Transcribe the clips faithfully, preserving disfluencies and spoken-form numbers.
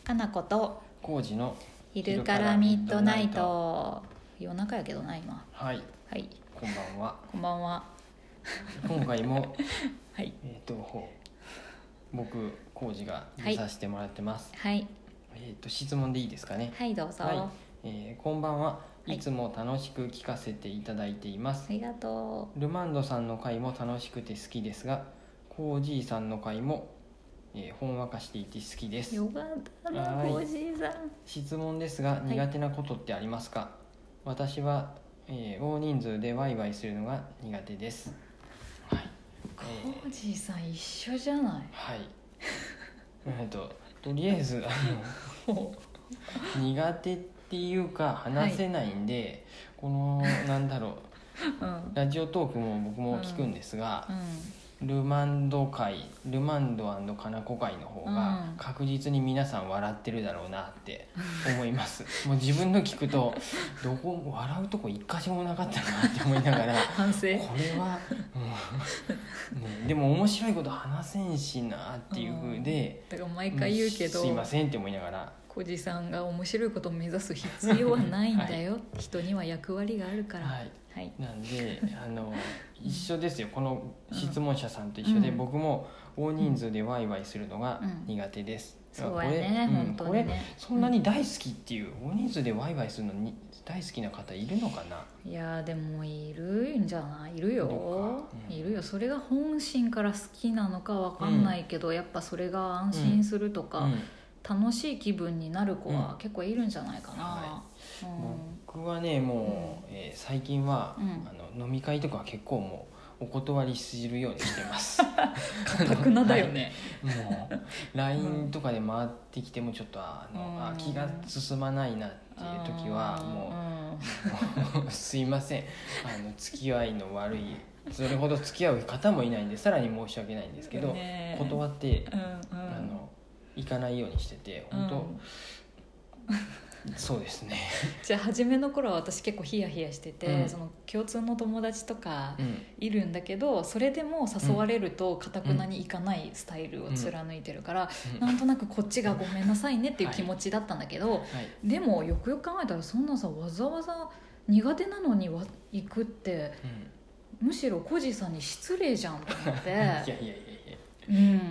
かなこと工事の昼からミッドナイト。夜中やけどな今。 はいはい、 こんばんは。 こんばんは。 今回もはいえっ、と僕工事が出させてもらってます。 はいえっ、と質問でいいですかね。 はい、どうぞ。 はい、えーこんばんは。 はいいつも楽しく聞かせていただいています。 ありがとルマンドさんの回も楽しくて好きですが、コージーさんの回も、えーほんわかしていて好きでう。 す。 よかったな、 はいおじいさん。 質問ですが、 い苦手なことってありますか？私は、えー大人数でワイワイするのが苦手です。はい、 コージーさん一緒じゃない。 はいえっととりあえずあの苦手っていうか話せないんで、このなんだろううんラジオトークも僕も聞くんですが、 うんルマンド会ルマンドかなこ会の方がうん確実に皆さん笑ってるだろうなって思いますもう自分の聞くとどこ笑うとこ一箇所もなかったなって思いながら反省。 これは、うんね、でも面白いこと話せんしなっていう風で、 だから毎回言うけど、 すいませんって思いながら、 コージーさんが面白いことを目指す必要はないんだよ、はい、人には役割があるから。 はいはい、 なんであの一緒ですよ、この質問者さんと一緒で、 うん、 僕も大人数でワイワイするのが苦手です、 うん、そうやね、 これ、 本当にね、 これそんなに大好きっていう、大人数でワイワイするのに大好きな方いるのかな。 いやでもいるんじゃない、いるよ、 うん、 いるよ。それが本心から好きなのかわかんないけど、うん、やっぱそれが安心するとか、うん、楽しい気分になる子は結構いるんじゃないかな、 はい、 うん、 僕はねもう、うんえー、最近は、うん、あの飲み会とか結構もうお断りするようにしてますかたくなだよね、 はい、もう ライン とかで回ってきてもちょっとあの、うん、あ気が進まないなっていう時はもう、うん、すいません、あの付き合いの悪いそれほど付き合う方もいないんでさらに申し訳ないんですけど、ね、断って、うんうん、あの行かないようにしてて本当、うん、そうですね。 じゃあ初めの頃は私結構ヒヤヒヤしてて、うん、その共通の友達とかいるんだけど、うん、それでも誘われるとかたくなに行かないスタイルを貫いてるから、うん、なんとなくこっちがごめんなさいねっていう気持ちだったんだけど、はいはい、でもよくよく考えたらそんなさわざわざ苦手なのに行くって、うん、むしろコジさんに失礼じゃんと思っていやいやいやいやうん、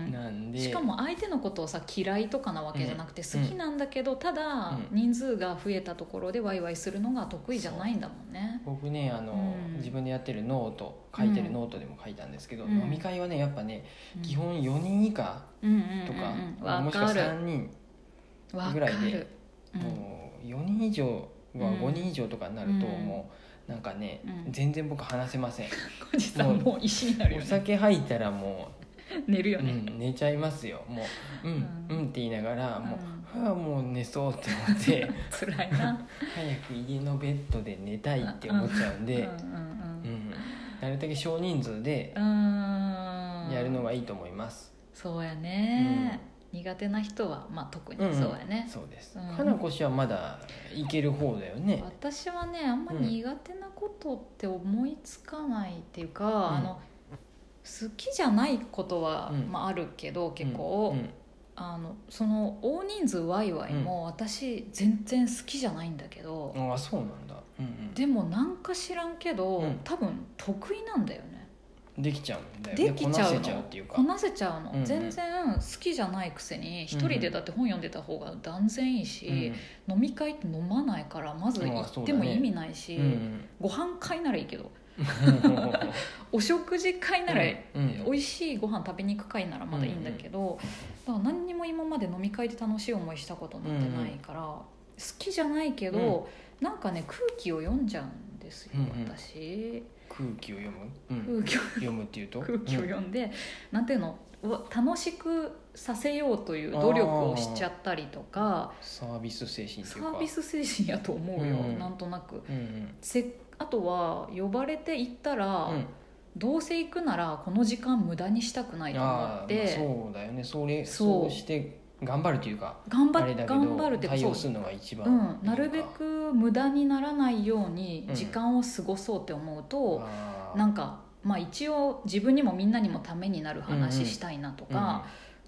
なんでしかも相手のことをさ嫌いとかなわけじゃなくて好きなんだけど、うん、ただ人数が増えたところでワイワイするのが得意じゃないんだもんね。 僕ねあの、うん、自分でやってるノート書いてるノートでも書いたんですけど、うん、飲み会はねやっぱね、うん、基本よにん以下とか、うんうん、もしくはさんにんぐらいで、うん、もうよにん以上はごにん以上とかになると、うん、もうなんかね、うん、全然僕話せません。 おじさんもう石になるよね。 お酒入ったらもう寝るよね、 うん、寝ちゃいますよもう、うんうん、うんって言いながら、うん、もう、はあ、もう寝そうって思って辛いな早く家のベッドで寝たいって思っちゃうんで、なるだけ少人数でやるのがいいと思います。 そうやね、うん、苦手な人は、まあ、特にそうやね、 うんうん、そうです、うん、かなこ氏はまだいける方だよね。 私はねあんま苦手なことって思いつかないっていうか、うん、あの好きじゃないことは、うんまあ、あるけど結構、うんうん、あのその大人数ワイワイも私全然好きじゃないんだけど、 うん、あそうなんだ、うんうん、 でもなんか知らんけど、うん、多分得意なんだよね。 できちゃうんだよね。できちゃうの。 こなせちゃうっていうかこなせちゃうの、うんうん、全然好きじゃないくせに一人でだって本読んでた方が断然いいし、うん、飲み会って飲まないからまず行っても意味ないし、うんうん、ご飯会ならいいけどお食事会なら、うんうん、美味しいご飯食べに行く会ならまだいいんだけど、うんうん、だから何にも今まで飲み会で楽しい思いしたことなんてないから、うんうん、好きじゃないけど、うん、なんかね空気を読んじゃうんですよ、うんうん、私空気を読む、うん、 空気を読むっていうと空気を読んで、うん、なんていうの楽しくさせようという努力をしちゃったりとか、 サービス精神っていうかサービス精神やと思うよ、うん、なんとなく、うんうん、せあとは呼ばれて行ったら、うん、どうせ行くならこの時間無駄にしたくないと思って、 まあ、そうだよね、それそうして頑張るというか頑張あれだけど頑張るって対応するのが一番、 うん、なるべく無駄にならないように時間を過ごそうって思うと、うん、なんか、まあ、一応自分にもみんなにもためになる話したいなとか、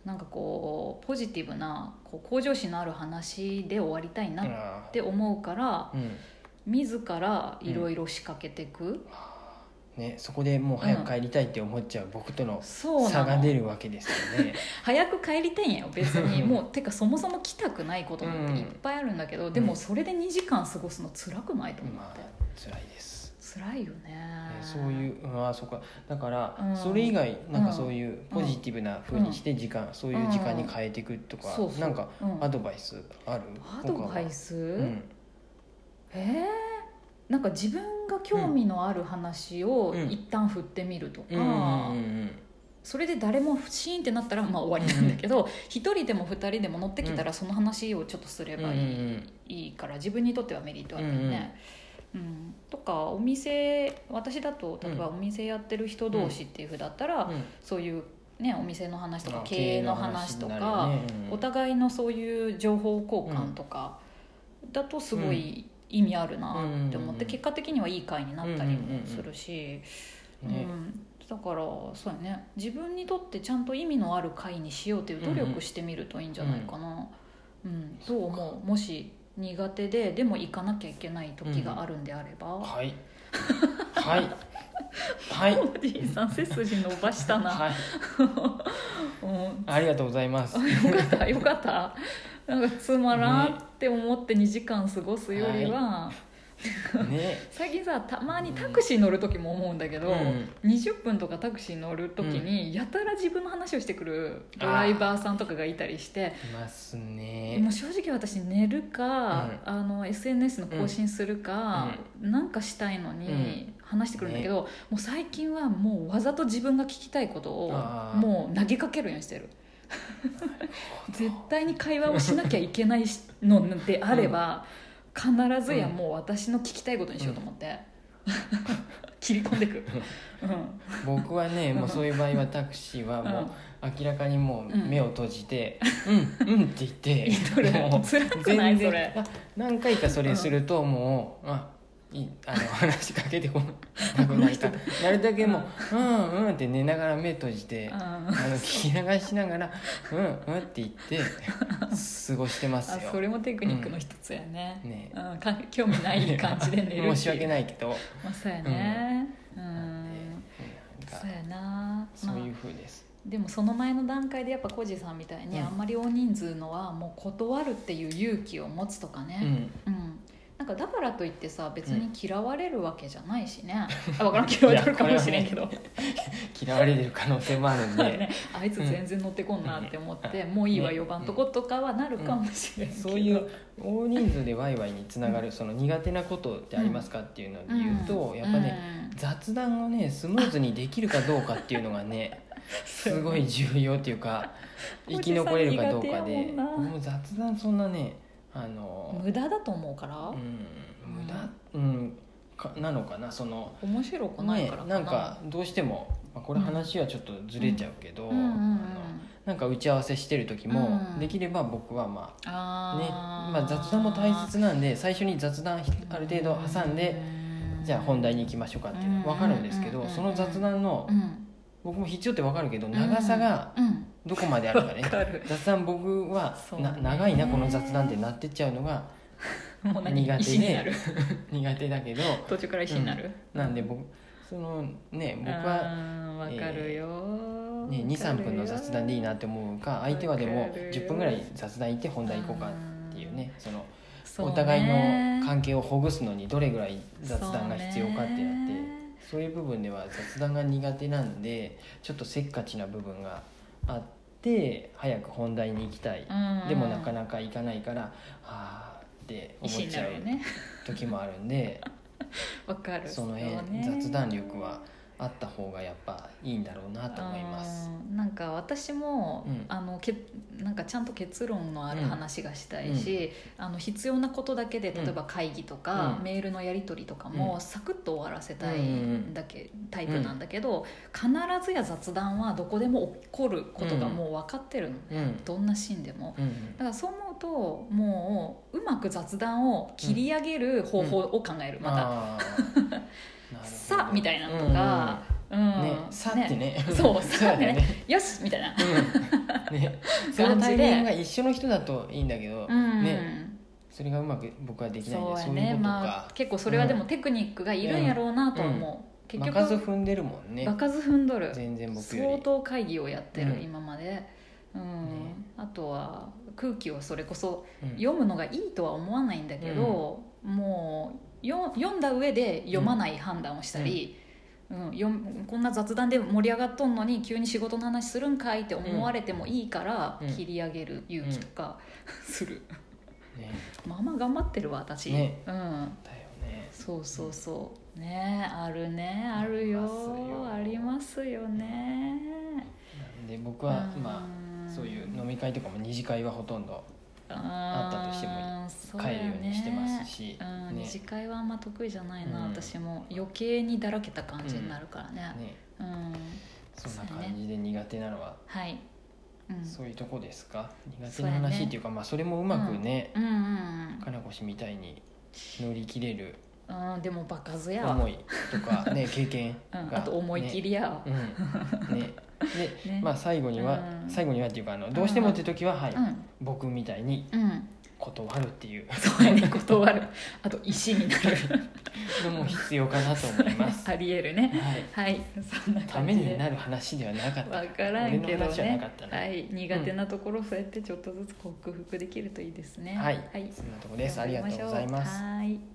なんかこうポジティブなこう向上心のある話で終わりたいなって思うから、 うん、 自らいろいろ仕掛けていく、 うんね、そこでもう早く帰りたいって思っちゃう僕との差が出るわけですよね。 早く帰りたいんやよ別にもうてかそもそも来たくないことなんていっぱいあるんだけど、うん、でもそれでにじかん過ごすの辛くないと思って、まあ、辛いです辛いよね。 そういう、ああそうかだから、うん、それ以外なんかそういうポジティブな風にして時間、うん、そういう時間に変えていくとか、うん、なんかアドバイスある？ アドバイス、うん、えー、なんか自分が興味のある話を一旦振ってみるとか、うんうんうんうん、それで誰もシーンってなったらまあ終わりなんだけど一、うん、人でも二人でも乗ってきたらその話をちょっとすればいい、うんうん、いいから自分にとってはメリットあるよね、うんうん、とかお店私だと例えばお店やってる人同士っていう風だったら、うん、そういうね、お店の話とか経営の話とか、ね、うん、お互いのそういう情報交換とかだとすごい意味あるなって思って、うん、結果的にはいい会になったりもするし、うんうんうんうん、ね、だからそうやね、自分にとってちゃんと意味のある会にしようという努力してみるといいんじゃないかな、うんうん、どう思う？もし苦手ででも行かなきゃいけない時があるんであれば、うん、 はいはいはいおじいさん背筋伸ばしたな、はいうん、ありがとうございます。 よかったよかった。なんかつまらんって思ってにじかん過ごすよりは、はいね、最近さたまにタクシー乗る時も思うんだけど、うん、にじゅっぷんとかタクシー乗る時にやたら自分の話をしてくるドライバーさんとかがいたりしていますね。 もう正直私寝るか、うん、あの エスエヌエス の更新するか、うん、なんかしたいのに話してくるんだけど、うんね、もう最近はもうわざと自分が聞きたいことをもう投げかけるようにしてる。絶対に会話をしなきゃいけないのであれば、うん、必ずやもう私の聞きたいことにしようと思って、うん、切り込んでいく、うん、 僕はねもうそういう場合はタクシーはもう明らかにもう目を閉じてうんうん、うんって言ってもう辛くないそれ何回かそれするともうああの話しかけてこなくないかなるだけもううんうんって寝ながら目閉じてあの聞き流しながらうんうんって言って過ごしてますよ。 あそれもテクニックの一つやね、うんね、うん、か興味ない感じで寝る申し訳ないけど、 まあ、そうやね、うん、うん、そうやな、 そういう風です、 まあ、でもその前の段階でやっぱコジさんみたいに、うん、あんまり大人数のはもう断るっていう勇気を持つとかね、うん、うん、なんかだからといってさ別に嫌われるわけじゃないしね、うん、あ分からん嫌われてるかもしれんけど、ね、 嫌われてる可能性もあるんで、 ね、あいつ全然乗ってこんなって思って、うん、もういいわ呼ばんとことかはなるかもしれんけど、 うん、そういう大人数でワイワイにつながるその苦手なことってありますかっていうので言うと、うん、やっぱね、うん、雑談をねスムーズにできるかどうかっていうのがねすごい重要っていうか生き残れるかどうかで、もう雑談そんなねあの無駄だと思うから、 うん、無駄、うん、かなのかな、その面白くないからかな、 ね、なんかどうしても、まあ、これ話はちょっとずれちゃうけど、うんうんうん、あのなんか打ち合わせしてる時も、うん、できれば僕はまあ、ね、まあ雑談も大切なんで最初に雑談ある程度挟んで、うん、じゃあ本題に行きましょうかっていうの分かるんですけど、うん、その雑談の、うん、僕も必要って分かるけど長さが、うんうんどこまであるかね雑談僕はな長いなこの雑談ってなってっちゃうのが苦手で苦手だけど途中から石になる、 うん、なんで僕そのね僕は分かるよ、 えーね、にさんぷんの雑談でいいなって思うか相手はでもじゅっぷんぐらい雑談行って本題行こうかっていうねそのお互いの関係をほぐすのにどれぐらい雑談が必要かってなってそういう部分では雑談が苦手なんでちょっとせっかちな部分があって早く本題に行きたい、うんうん、でもなかなか行かないからはあって思っちゃう時もあるんでわかるその辺雑談力はあった方がやっぱいいんだろうなと思います。 なんか私も、うん、あのけなんかちゃんと結論のある話がしたいし、うん、あの必要なことだけで例えば会議とか、うん、メールのやり取りとかも、うん、サクッと終わらせたいだけ、うん、タイプなんだけど、必ずや雑談はどこでも起こることがもう分かってるの、うん、どんなシーンでも、だからそう思うともううまく雑談を切り上げる方法を考える、またさあみたいなのとか、 うんね、さってねそうさってねねよしみたいな、 うんね、そのタイミングが一緒の人だといいんだけど、 うんね、それがうまく僕はできないんで、 そうやそういうことか、 ね、まあ、結構それはでもテクニックがいるんやろうなと思う、 うんうん結局場数踏んでるもんね。 場数踏んどる、 全然僕より相当会議をやってる、 うん今まで、うんね、 あとは空気をそれこそうん読むのがいいとは思わないんだけど、もうよ読んだ上で読まない判断をしたり、うんよこんな雑談で盛り上がっとんのに急に仕事の話するんかいって思われてもいいからうん切り上げる勇気とかする、 ね、 まあまあ頑張ってるわ私、 ねうん、 だよね。 そうそうそうね、あるね、あるよ、ありますよね。 なんで僕はまあそういう飲み会とかも二次会はほとんどあったとしても帰るようにしてますし、 うん、 ね、 二次会はあんま得意じゃないな、 うん私も余計にだらけた感じになるからね、 ね、 うん、 そんな感じで苦手なのははい、うん、 そういうとこですか。苦手な話っていうか、まあそれもうまくね、 うんうんうん、 かなこ氏みたいに乗り切れるうん、でも場数やわ思いとかね経験が、ね、 うん、あと思い切りやわ、 うんねで、 ね、 まあ最後には、 うん、 最後にはっていうかあのどうしてもって時は、はい、 うん、 僕みたいにうん断るっていう、 そうやね、断る、あと石になるのも必要かなと思いますありえるね、 はい、 はい、そんなため感じでになる話ではなかった。 分からんけど俺の話はなねかったね、 はい、苦手なところをそうやってちょっとずつ克服できるといいですね、 はい、 はい、 そんなとこです。ありがとうございます。 はい。